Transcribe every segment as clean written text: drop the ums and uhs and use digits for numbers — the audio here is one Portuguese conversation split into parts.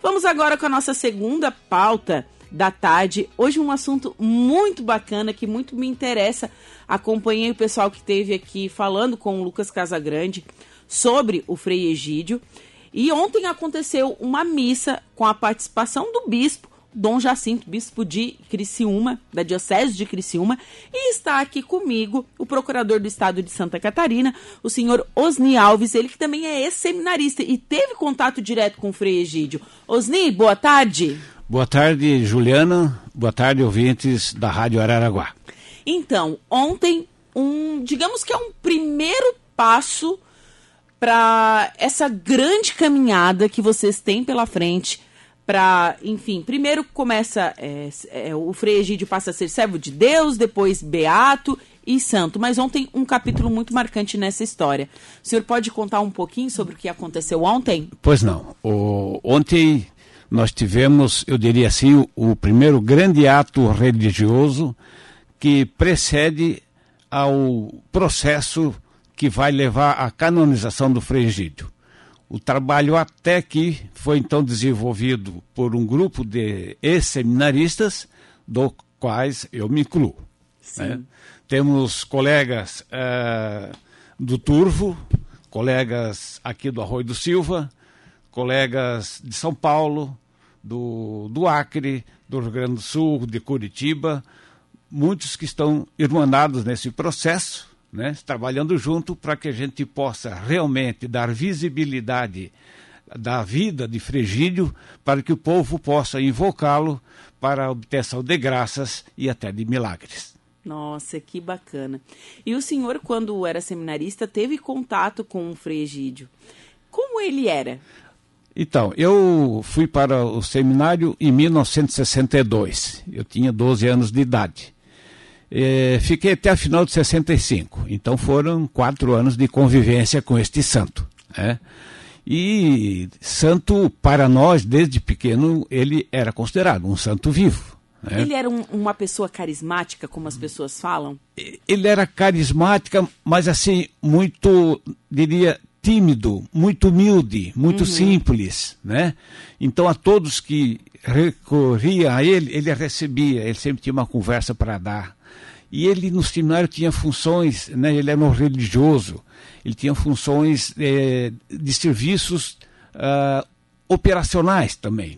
Vamos agora com a nossa segunda pauta da tarde. Hoje um assunto muito bacana, que muito me interessa. Acompanhei o pessoal que esteve aqui falando com o Lucas Casagrande sobre o Frei Egídio. E ontem aconteceu uma missa com a participação do bispo Dom Jacinto, bispo de Criciúma, da Diocese de Criciúma, e está aqui comigo o procurador do estado de Santa Catarina, o senhor Osni Alves, ele que também é ex-seminarista e teve contato direto com o Frei Egídio. Osni, boa tarde. Boa tarde, Juliana. Boa tarde, ouvintes da Rádio Araranguá. Então, ontem, digamos que é um primeiro passo para essa grande caminhada que vocês têm pela frente, para, enfim, primeiro começa, o Frei Egídio passa a ser servo de Deus, depois beato e santo, mas ontem um capítulo muito marcante nessa história. O senhor pode contar um pouquinho sobre o que aconteceu ontem? Pois não. Ontem nós tivemos, eu diria assim, o primeiro grande ato religioso que precede ao processo que vai levar à canonização do Frei Egídio. O trabalho até aqui foi então desenvolvido por um grupo de ex-seminaristas, do quais eu me incluo. Né? Temos colegas do Turvo, colegas aqui do Arroio do Silva, colegas de São Paulo, do Acre, do Rio Grande do Sul, de Curitiba, muitos que estão irmanados nesse processo, né, trabalhando junto para que a gente possa realmente dar visibilidade da vida de Frei Egídio, para que o povo possa invocá-lo para a obtenção de graças e até de milagres. Nossa, que bacana. E o senhor, quando era seminarista, teve contato com o Frei Egídio. Como ele era? Então, eu fui para o seminário em 1962. Eu tinha 12 anos de idade. Fiquei até a final de 65, então foram 4 anos de convivência com este santo, né? E santo, para nós, desde pequeno, ele era considerado um santo vivo, né? Ele era uma pessoa carismática, como as pessoas falam? Ele era carismática, mas assim, muito, diria, tímido, muito humilde, muito simples, né? Então, a todos que recorriam a ele, ele recebia, ele sempre tinha uma conversa para dar. E ele no seminário tinha funções, né, ele era um religioso, ele tinha funções de serviços operacionais também.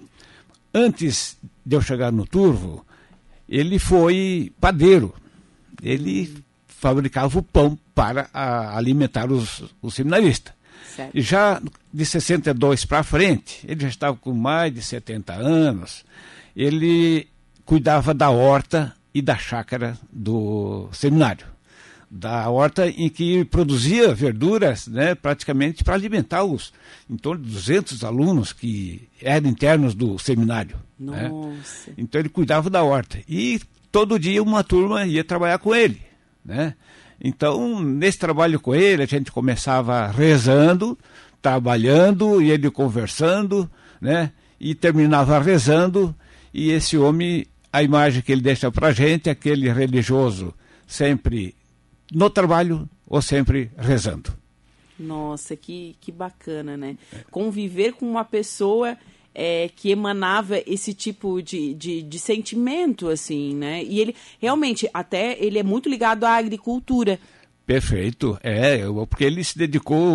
Antes de eu chegar no Turvo, ele foi padeiro. Ele fabricava o pão para alimentar os seminaristas. Certo. E já de 62 para frente, ele já estava com mais de 70 anos, ele cuidava da horta e da chácara do seminário. Da horta em que produzia verduras, né, praticamente para alimentar os em torno de 200 alunos que eram internos do seminário. Nossa. Né? Então ele cuidava da horta. E todo dia uma turma ia trabalhar com ele. Né? Então, nesse trabalho com ele, a gente começava rezando, trabalhando, e ele conversando, né, e terminava rezando, e esse homem, a imagem que ele deixa para a gente é aquele religioso sempre no trabalho ou sempre rezando. Nossa, que bacana, né? Conviver com uma pessoa que emanava esse tipo de sentimento, assim, né? E ele, realmente, até ele é muito ligado à agricultura. Perfeito, porque ele se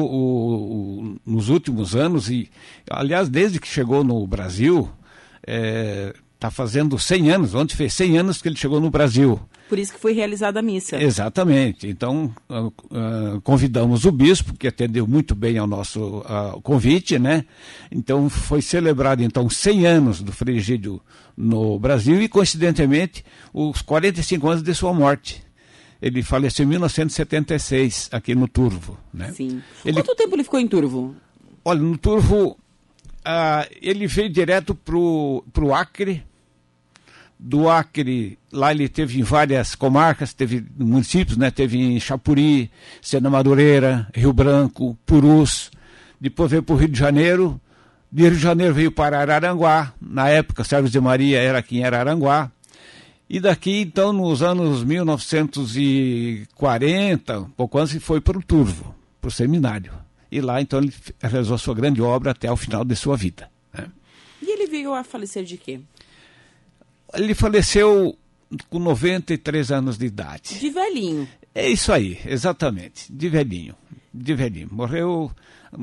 dedicou nos últimos anos, e aliás, desde que chegou no Brasil, está fazendo 100 anos, ontem fez 100 anos que ele chegou no Brasil. Por isso que foi realizada a missa. Exatamente. Então, convidamos o bispo, que atendeu muito bem ao nosso convite, né? Então, foi celebrado, então, 100 anos do Frei Egídio no Brasil e, coincidentemente, os 45 anos de sua morte. Ele faleceu em 1976, aqui no Turvo, né? Sim. Quanto tempo ele ficou em Turvo? Olha, no Turvo, ele veio direto para o Acre. Do Acre, lá ele teve em várias comarcas, teve municípios, né? Teve em Chapuri, Sena Madureira, Rio Branco, Purus. Depois veio para o Rio de Janeiro. De Rio de Janeiro veio para Araranguá. Na época, Servos de Maria era aqui em Araranguá. E daqui, então, nos anos 1940, pouco antes, foi para o Turvo, para o seminário. E lá, então, ele realizou a sua grande obra até o final de sua vida, né? E ele veio a falecer de quê? Ele faleceu com 93 anos de idade. De velhinho. É isso aí, exatamente, de velhinho. Morreu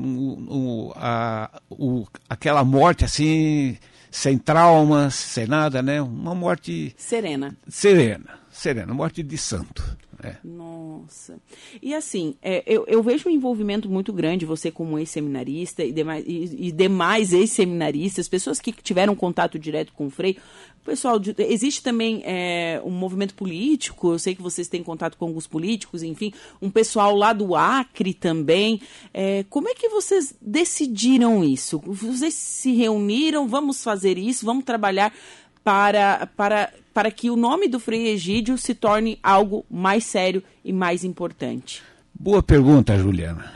aquela morte assim, sem traumas, sem nada, né? Uma morte... Serena, morte de santo. Nossa. E assim, eu vejo um envolvimento muito grande, você como ex-seminarista e demais ex-seminaristas, pessoas que tiveram contato direto com o Frei. Pessoal, existe também um movimento político, eu sei que vocês têm contato com alguns políticos, enfim, um pessoal lá do Acre também. Como é que vocês decidiram isso? Vocês se reuniram, vamos fazer isso, vamos trabalhar para que o nome do Frei Egídio se torne algo mais sério e mais importante? Boa pergunta, Juliana.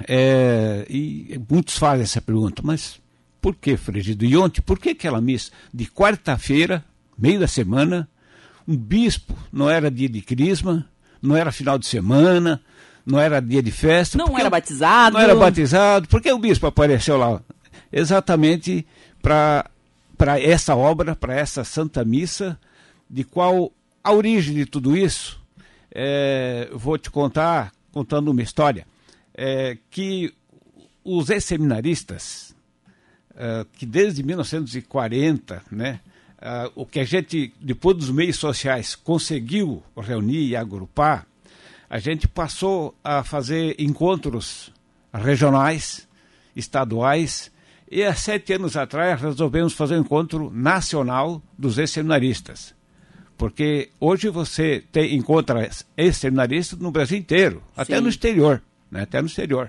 E muitos fazem essa pergunta, mas por que, Frei Egídio? E ontem, por que aquela missa de quarta-feira, meio da semana, um bispo, não era dia de crisma, não era final de semana, não era dia de festa. Não era batizado. Não era batizado. Por que o bispo apareceu lá? Exatamente para essa obra, para essa Santa Missa, de qual a origem de tudo isso, vou te contando uma história, que os ex-seminaristas, que desde 1940, né, o que a gente, depois dos meios sociais, conseguiu reunir e agrupar, a gente passou a fazer encontros regionais, estaduais, e há 7 anos atrás resolvemos fazer um encontro nacional dos ex-seminaristas. Porque hoje você encontra ex-seminaristas no Brasil inteiro, até no exterior. Né? Até no exterior.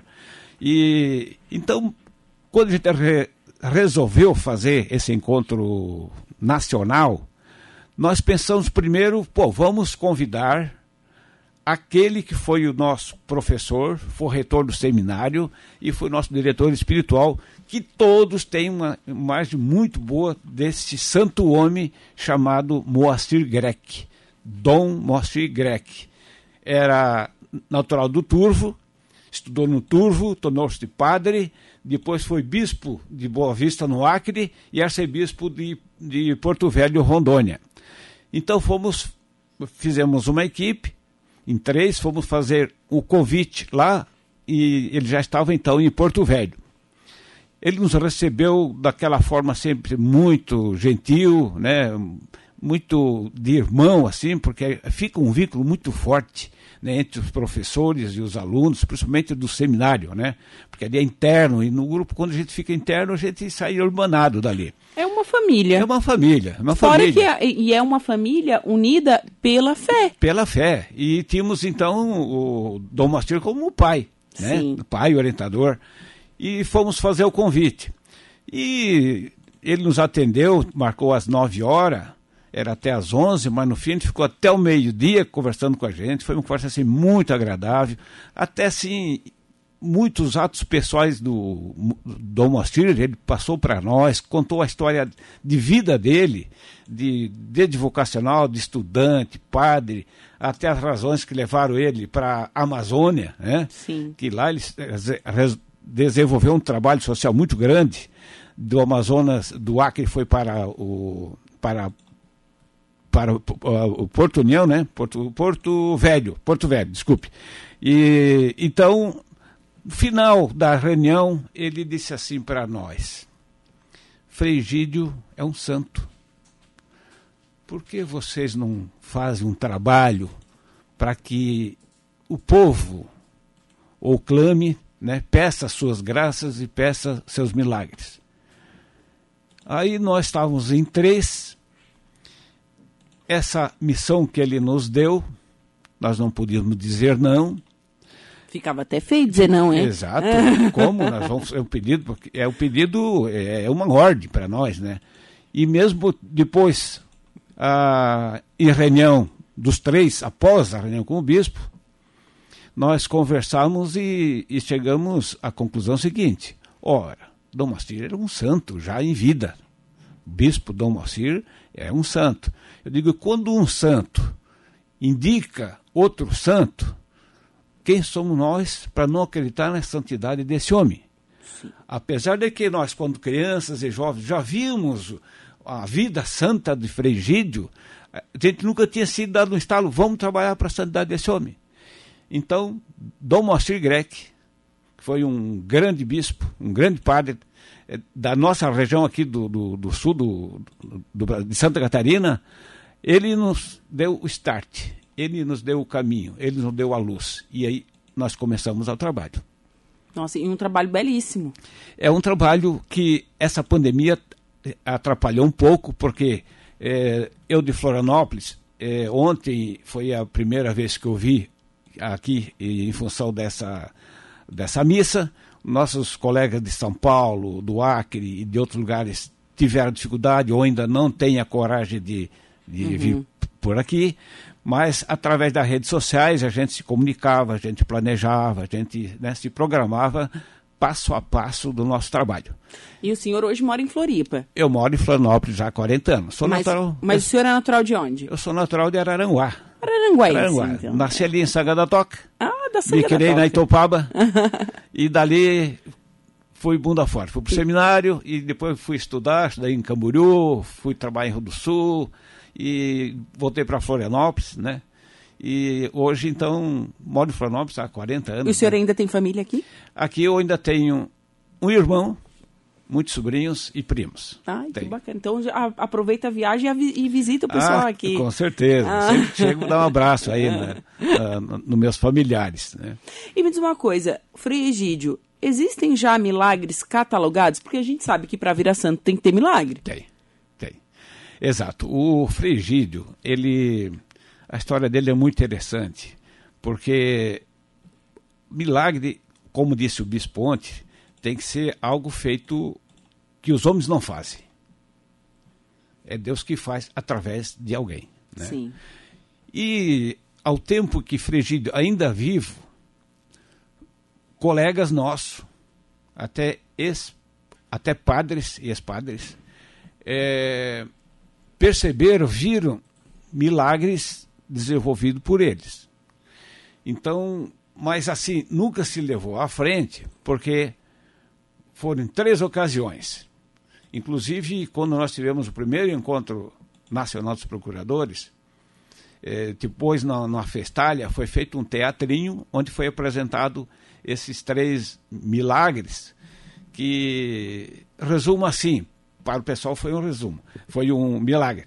E então, quando a gente resolveu fazer esse encontro nacional, nós pensamos primeiro, vamos convidar aquele que foi o nosso professor, foi reitor do seminário e foi nosso diretor espiritual, que todos têm uma imagem muito boa desse santo homem chamado Moacir Grec, Dom Moacir Grec. Era natural do Turvo, estudou no Turvo, tornou-se padre, depois foi bispo de Boa Vista, no Acre, e arcebispo de Porto Velho, Rondônia. Então fizemos uma equipe, em 3, fomos fazer o convite lá, e ele já estava então em Porto Velho. Ele nos recebeu daquela forma sempre muito gentil, né? Muito de irmão, assim, porque fica um vínculo muito forte, né, entre os professores e os alunos, principalmente do seminário, né? Porque ali é interno, e no grupo, quando a gente fica interno, a gente sai irmanado dali. É uma família. É uma família. Fora que é uma família unida pela fé. Pela fé. E tínhamos, então, o Dom Moacir como pai, né? Sim. Pai, orientador. E fomos fazer o convite. E ele nos atendeu, marcou às 9 horas, era até às 11, mas no fim a gente ficou até o meio-dia conversando com a gente. Foi uma conversa assim, muito agradável. Até assim, muitos atos pessoais do Dom Moacir, ele passou para nós, contou a história de vida dele, desde vocacional, de estudante, padre, até as razões que levaram ele para a Amazônia, né? Sim. Que lá ele desenvolveu um trabalho social muito grande. Do Amazonas, do Acre, foi para o Porto União, né? Porto Velho, desculpe. E então, no final da reunião, ele disse assim para nós: Frei Egídio é um santo. Por que vocês não fazem um trabalho para que o povo o clame, né, peça suas graças e peça seus milagres? Aí nós estávamos em 3. Essa missão que ele nos deu, nós não podíamos dizer não. Ficava até feio dizer não, hein? Exato. Como nós vamos... É um pedido, porque é uma ordem para nós, né? E mesmo depois, em reunião dos 3, após a reunião com o bispo, nós conversamos e chegamos à conclusão seguinte: ora, Dom Moacir era um santo já em vida. O bispo Dom Moacir é um santo. Eu digo, quando um santo indica outro santo, quem somos nós para não acreditar na santidade desse homem? Sim. Apesar de que nós, quando crianças e jovens, já vimos a vida santa de Frei Egídio, a gente nunca tinha sido dado um estalo, vamos trabalhar para a santidade desse homem. Então, Dom Moacir Greck, que foi um grande bispo, um grande padre da nossa região aqui do sul de Santa Catarina, ele nos deu o start, ele nos deu o caminho, ele nos deu a luz. E aí nós começamos o trabalho. Nossa, e um trabalho belíssimo. É um trabalho que essa pandemia atrapalhou um pouco, porque eu de Florianópolis, ontem foi a primeira vez que eu vi aqui, em função dessa missa. Nossos colegas de São Paulo, do Acre e de outros lugares tiveram dificuldade ou ainda não têm a coragem de vir por aqui, mas através das redes sociais a gente se comunicava, a gente planejava, a gente, né, se programava passo a passo do nosso trabalho. E o senhor hoje mora em Floripa? Eu moro em Florianópolis já há 40 anos. Mas o senhor é natural de onde? Eu sou natural de Araranguá. Araranguá. Então. Nasci ali em Sanga da Toca. Da Sanga me criei na Itopaba. E dali fui bunda forte. Fui para o seminário e depois fui estudei em Camboriú, fui trabalhar em Rio do Sul e voltei para Florianópolis, né? E hoje, então, moro em Florianópolis há 40 anos. E o senhor ainda tem família aqui? Aqui eu ainda tenho um irmão, muitos sobrinhos e primos. Que bacana. Então já aproveita a viagem e visita o pessoal aqui. Com certeza. Sempre chego a dar um abraço aí nos meus familiares. Né? E me diz uma coisa, Frei Egídio, existem já milagres catalogados? Porque a gente sabe que para virar santo tem que ter milagre. Tem. Exato. O Frei Egídio, a história dele é muito interessante, porque milagre, como disse o bispo ontem, tem que ser algo feito que os homens não fazem. É Deus que faz através de alguém. Né? Sim. E ao tempo que Frei Egídio ainda vivo, colegas nossos, até padres e ex-padres, perceberam, viram milagres desenvolvidos por eles. Então, mas assim, nunca se levou à frente, porque foram em 3 ocasiões. Inclusive, quando nós tivemos o primeiro encontro nacional dos procuradores, depois na Festalha foi feito um teatrinho onde foi apresentado esses 3 milagres, que resumo assim, para o pessoal foi um resumo, foi um milagre.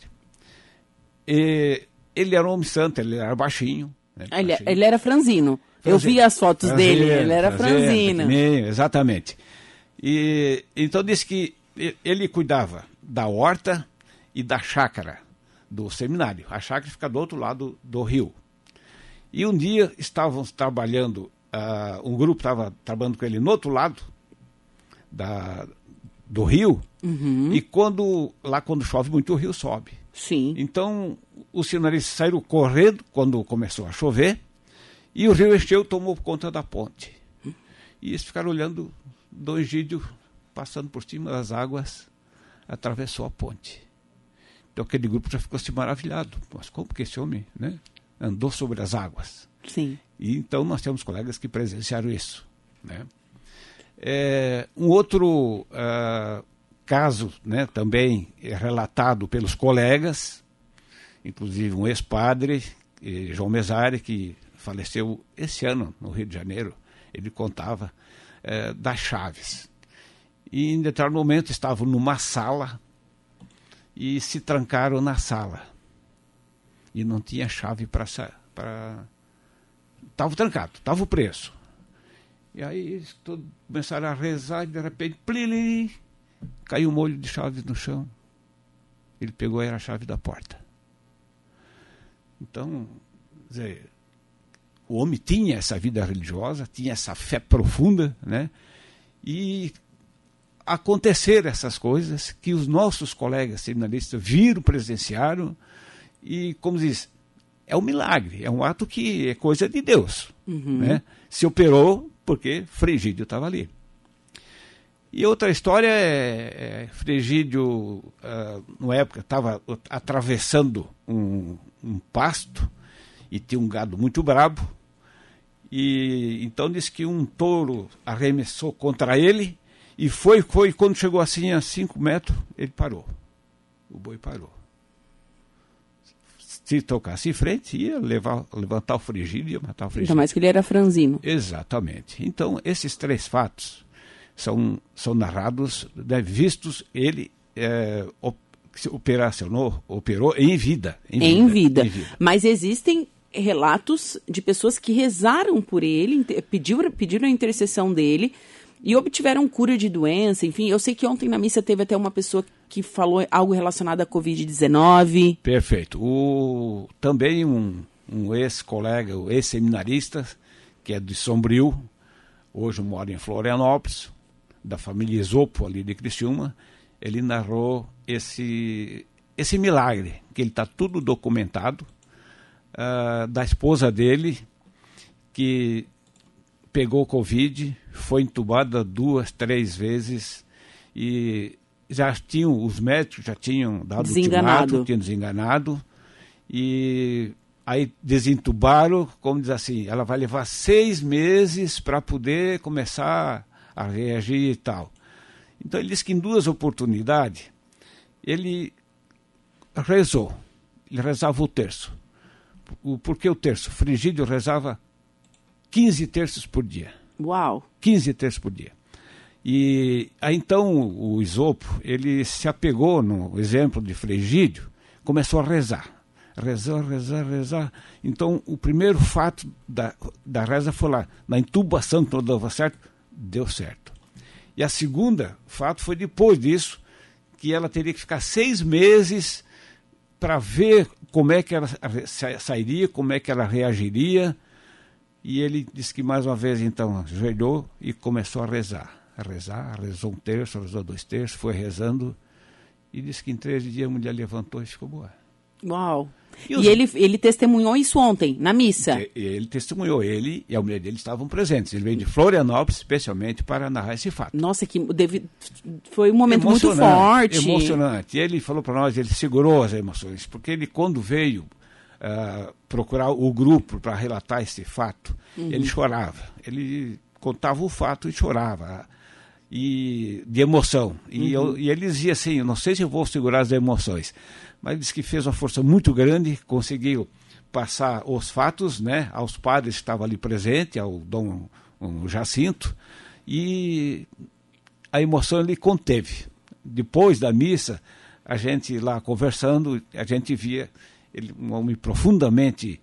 Ele era um homem santo, ele era baixinho. Né, ele era franzino. Eu vi as fotos dele, ele era franzino. Exatamente. E então disse que ele cuidava da horta e da chácara do seminário. A chácara fica do outro lado do rio. E um dia estávamos trabalhando, um grupo estava trabalhando com ele no outro lado do rio, e quando chove muito, o rio sobe. Sim. Então, os seminaristas saíram correndo quando começou a chover, e o rio encheu, tomou conta da ponte. E eles ficaram olhando Dom Egídio passando por cima das águas, atravessou a ponte. Então aquele grupo já ficou assim maravilhado. Mas como que esse homem, né, andou sobre as águas? Sim. E então nós temos colegas que presenciaram isso. Né? Um outro caso, né, também relatado pelos colegas, inclusive um ex-padre, João Mesari, que faleceu esse ano no Rio de Janeiro, ele contava das chaves. E em determinado momento estavam numa sala e se trancaram na sala. E não tinha chave para... Estava trancado, estava preso. E aí eles todos começaram a rezar e de repente, plim, caiu um molho de chaves no chão. Ele pegou, era a chave da porta. Então, quer dizer, o homem tinha essa vida religiosa, tinha essa fé profunda, né? E aconteceram essas coisas que os nossos colegas seminaristas viram, presenciaram, e, como diz, é um milagre, é um ato que é coisa de Deus. Né? Se operou porque Frei Egídio estava ali. E outra história Frei Egídio, na época, estava atravessando um pasto e tinha um gado muito brabo, e então disse que um touro arremessou contra ele, e foi, quando chegou assim a 5 metros, ele parou. o boi parou. Se tocasse em frente, ia levantar o frigídio, ia matar o frigídio. Ainda mais que ele era franzino. Exatamente. Então, esses 3 fatos são narrados, né, vistos ele operou em vida. Em vida. Mas existem relatos de pessoas que rezaram por ele, pediram a intercessão dele e obtiveram cura de doença. Enfim, eu sei que ontem na missa teve até uma pessoa que falou algo relacionado à Covid-19. Perfeito. Também um ex-colega, um ex-seminarista, que é de Sombrio, hoje mora em Florianópolis, da família Isopo, ali de Criciúma, ele narrou esse milagre, que ele está tudo documentado, da esposa dele, que pegou Covid, foi entubada 2, 3 vezes, e os médicos já tinham dado ultimato, tinham desenganado, e aí desentubaram, como diz assim, ela vai levar 6 meses para poder começar a reagir e tal. Então ele disse que em 2 oportunidades ele rezou, ele rezava o terço. Por que o terço? Frigídio rezava 15 terços por dia. Uau! 15 terços por dia. E aí então o Isopo, ele se apegou no exemplo de Frigídio, começou a rezar. Rezar. Então o primeiro fato da reza foi lá, na intubação, que não dava certo, deu certo. E a segunda fato foi depois disso, que ela teria que ficar 6 meses para ver como é que ela sairia, como é que ela reagiria. E ele disse que mais uma vez, então, ajoelhou e começou a rezar. Rezou 1 terço, rezou 2 terços, foi rezando. E disse que em 3 dias a mulher levantou e ficou boa. Uau! E ele testemunhou isso ontem, na missa? Ele testemunhou, ele e a mulher dele estavam presentes. Ele veio de Florianópolis, especialmente, para narrar esse fato. Nossa, foi um momento muito forte. Emocionante. E ele falou para nós, ele segurou as emoções, porque ele, quando veio procurar o grupo para relatar esse fato, ele chorava. Ele contava o fato e chorava, de emoção. E ele dizia assim, eu não sei se eu vou segurar as emoções, mas disse que fez uma força muito grande, conseguiu passar os fatos, né, aos padres que estavam ali presentes, ao Dom Jacinto, e a emoção ele conteve. Depois da missa, a gente lá conversando, a gente via ele, um homem profundamente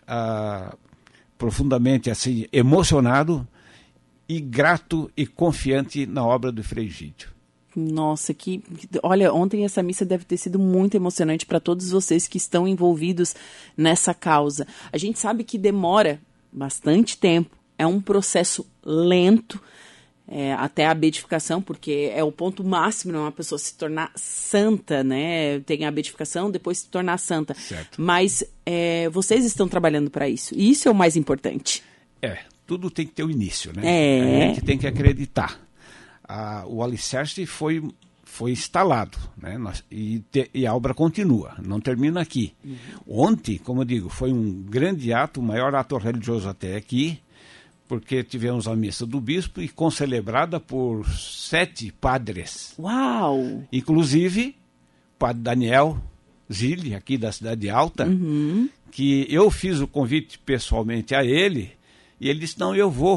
assim, emocionado e grato e confiante na obra do Frei Egídio. Nossa, olha, ontem essa missa deve ter sido muito emocionante para todos vocês que estão envolvidos nessa causa. A gente sabe que demora bastante tempo, é um processo lento, até a beatificação, porque é o ponto máximo, uma pessoa se tornar santa, né? Tem a beatificação, depois se tornar santa. Certo. Mas vocês estão trabalhando para isso, e isso é o mais importante. Tudo tem que ter um início, né? A gente tem que acreditar. O alicerce foi instalado, né? E a obra continua, não termina aqui. Ontem, como eu digo, foi um grande ato, o maior ato religioso até aqui, porque tivemos a missa do bispo e concelebrada por 7 padres. Uau! Inclusive, o padre Daniel Zilli, aqui da Cidade Alta, que eu fiz o convite pessoalmente a ele, e ele disse, não, eu vou.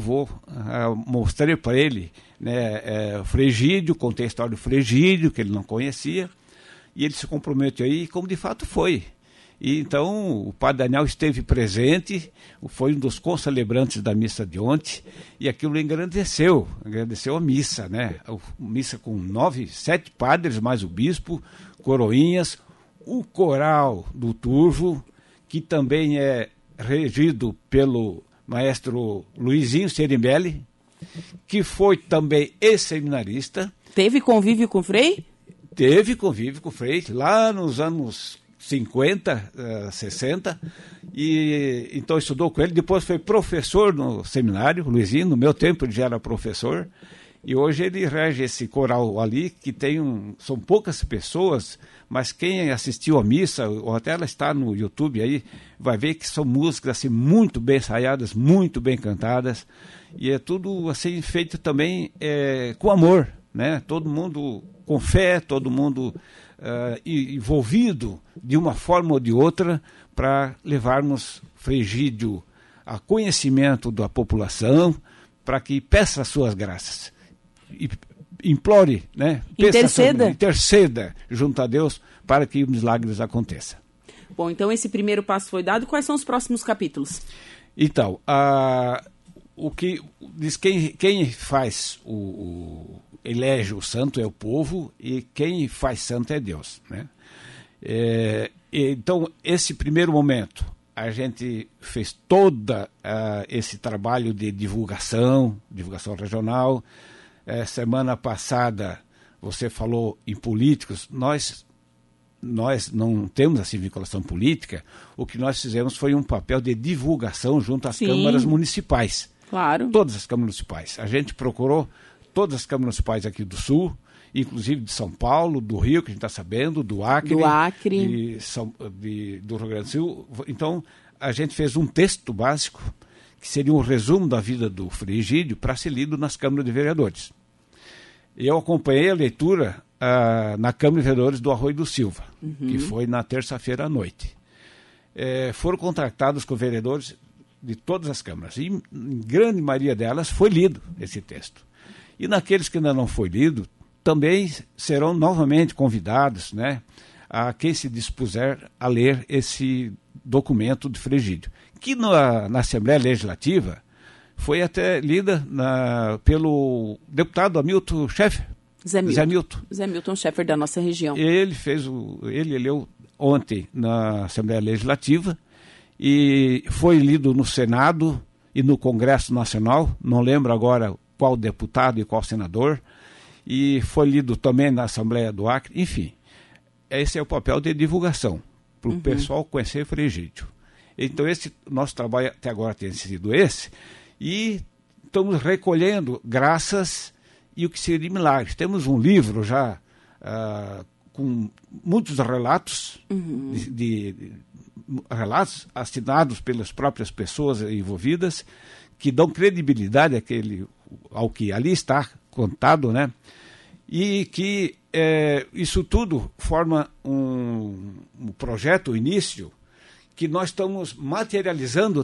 Mostrei para ele, né, o Frei Egídio, contei a história do Frei Egídio, que ele não conhecia, e ele se comprometeu aí, como de fato foi. E então o padre Daniel esteve presente, foi um dos concelebrantes da missa de ontem, e aquilo engrandeceu a missa, né? A missa com 7 padres, mais o bispo, coroinhas, o coral do Turvo, que também é regido pelo maestro Luizinho Serimbelli, que foi também ex-seminarista. Teve convívio com o Frei? Teve convívio com o Frei, lá nos anos 50, 60, e então estudou com ele, depois foi professor no seminário, Luizinho, no meu tempo ele já era professor, e hoje ele rege esse coral ali, que são poucas pessoas, mas quem assistiu a missa, ou até ela está no YouTube aí, vai ver que são músicas assim, muito bem ensaiadas, muito bem cantadas, e é tudo assim feito também com amor, né? Todo mundo com fé, todo mundo envolvido de uma forma ou de outra para levarmos Frei Egídio a conhecimento da população, para que peça as suas graças. E implore, né? Interceda junto a Deus para que os milagres aconteçam. Bom, então esse primeiro passo foi dado. Quais são os próximos capítulos? Então, o que diz quem faz elege o santo é o povo e quem faz santo é Deus, né? Então, esse primeiro momento, a gente fez todo esse trabalho de divulgação regional. Semana passada, você falou em políticos, nós não temos assim vinculação política. O que nós fizemos foi um papel de divulgação junto às câmaras municipais. Claro. Todas as câmaras municipais. A gente procurou todas as câmaras municipais aqui do Sul, inclusive de São Paulo, do Rio, que a gente está sabendo, do Acre. Do Rio Grande do Sul. Então, a gente fez um texto básico, que seria um resumo da vida do Frei Egídio, para ser lido nas câmaras de vereadores. Eu acompanhei a leitura na Câmara de Vereadores do Arroio do Silva, que foi na terça-feira à noite. Foram contactados com vereadores de todas as câmaras, e em grande maioria delas foi lido esse texto. E naqueles que ainda não foi lido, também serão novamente convidados, né, a quem se dispuser a ler esse documento de Frei Egídio, que na Assembleia Legislativa foi até lida pelo deputado Hamilton Schaeffer. Zé Milton Schaeffer, da nossa região. Ele leu ontem na Assembleia Legislativa e foi lido no Senado e no Congresso Nacional, não lembro agora qual deputado e qual senador, e foi lido também na Assembleia do Acre. Enfim, esse é o papel de divulgação, para o pessoal conhecer Frei Egídio. Então, esse nosso trabalho até agora tem sido esse, e estamos recolhendo graças e o que seria milagres. Temos um livro já com muitos relatos, relatos assinados pelas próprias pessoas envolvidas, que dão credibilidade ao que ali está contado, né? E que isso tudo forma um projeto, um início, que nós estamos materializando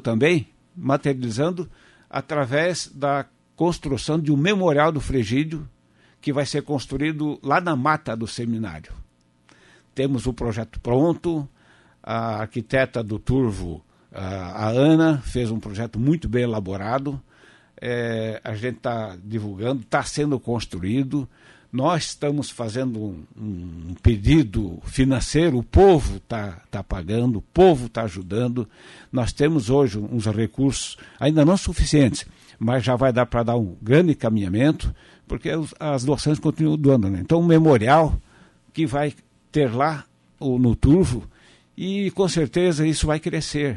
através da construção de um memorial do Frei Egídio, que vai ser construído lá na mata do seminário. Temos o projeto pronto, a arquiteta do Turvo, a Ana, fez um projeto muito bem elaborado, a gente está divulgando, está sendo construído, nós estamos fazendo um pedido financeiro, o povo está pagando, o povo está ajudando, nós temos hoje uns recursos ainda não suficientes, mas já vai dar para dar um grande encaminhamento, porque as doações continuam doando, né? Então, um memorial que vai ter lá no Turvo, e com certeza isso vai crescer.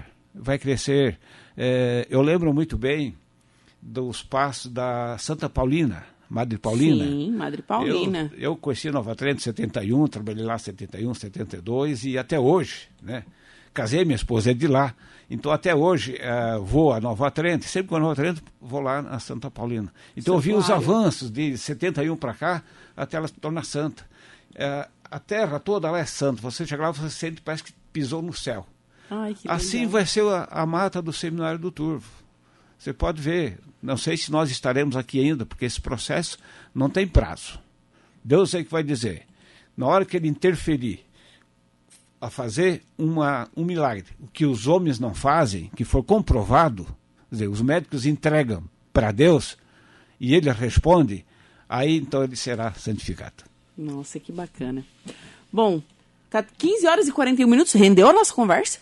Eu lembro muito bem dos passos da Santa Paulina, Madre Paulina. Sim, Madre Paulina. Eu conheci Nova Trento em 71, trabalhei lá em 71, 72 e até hoje, né? Casei, minha esposa é de lá. Então, até hoje, vou a Nova Trento, sempre que vou a Nova Trento, vou lá na Santa Paulina. Então, eu vi os avanços de 71 para cá, até ela se tornar santa. A terra toda lá é santa. Você chega lá, você sente, parece que pisou no céu. Ai, que assim legal. Vai ser a mata do Seminário do Turvo. Você pode ver, não sei se nós estaremos aqui ainda, porque esse processo não tem prazo. Deus é que vai dizer. Na hora que ele interferir a fazer um milagre, o que os homens não fazem, que for comprovado, quer dizer, os médicos entregam para Deus e ele responde, aí então ele será santificado. Nossa, que bacana. Bom, tá 15 horas e 41 minutos, rendeu a nossa conversa?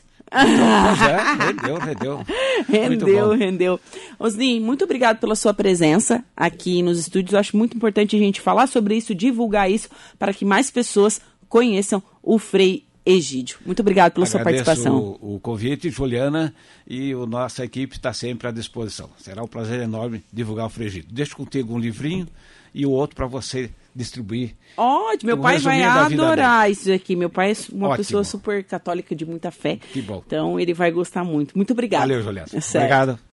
Rendeu. Osni, muito obrigado pela sua presença aqui nos estúdios. Eu acho muito importante a gente falar sobre isso, divulgar isso, para que mais pessoas conheçam o Frei Egídio. Muito obrigado pela sua participação. O convite, Juliana, e a nossa equipe está sempre à disposição. Será um prazer enorme divulgar o Frei Egídio. Deixo contigo um livrinho e o outro para você distribuir. Ótimo, meu pai vai adorar isso aqui. Meu pai é uma pessoa super católica de muita fé. Que bom. Então ele vai gostar muito. Muito obrigado. Valeu, Juliana. Obrigado.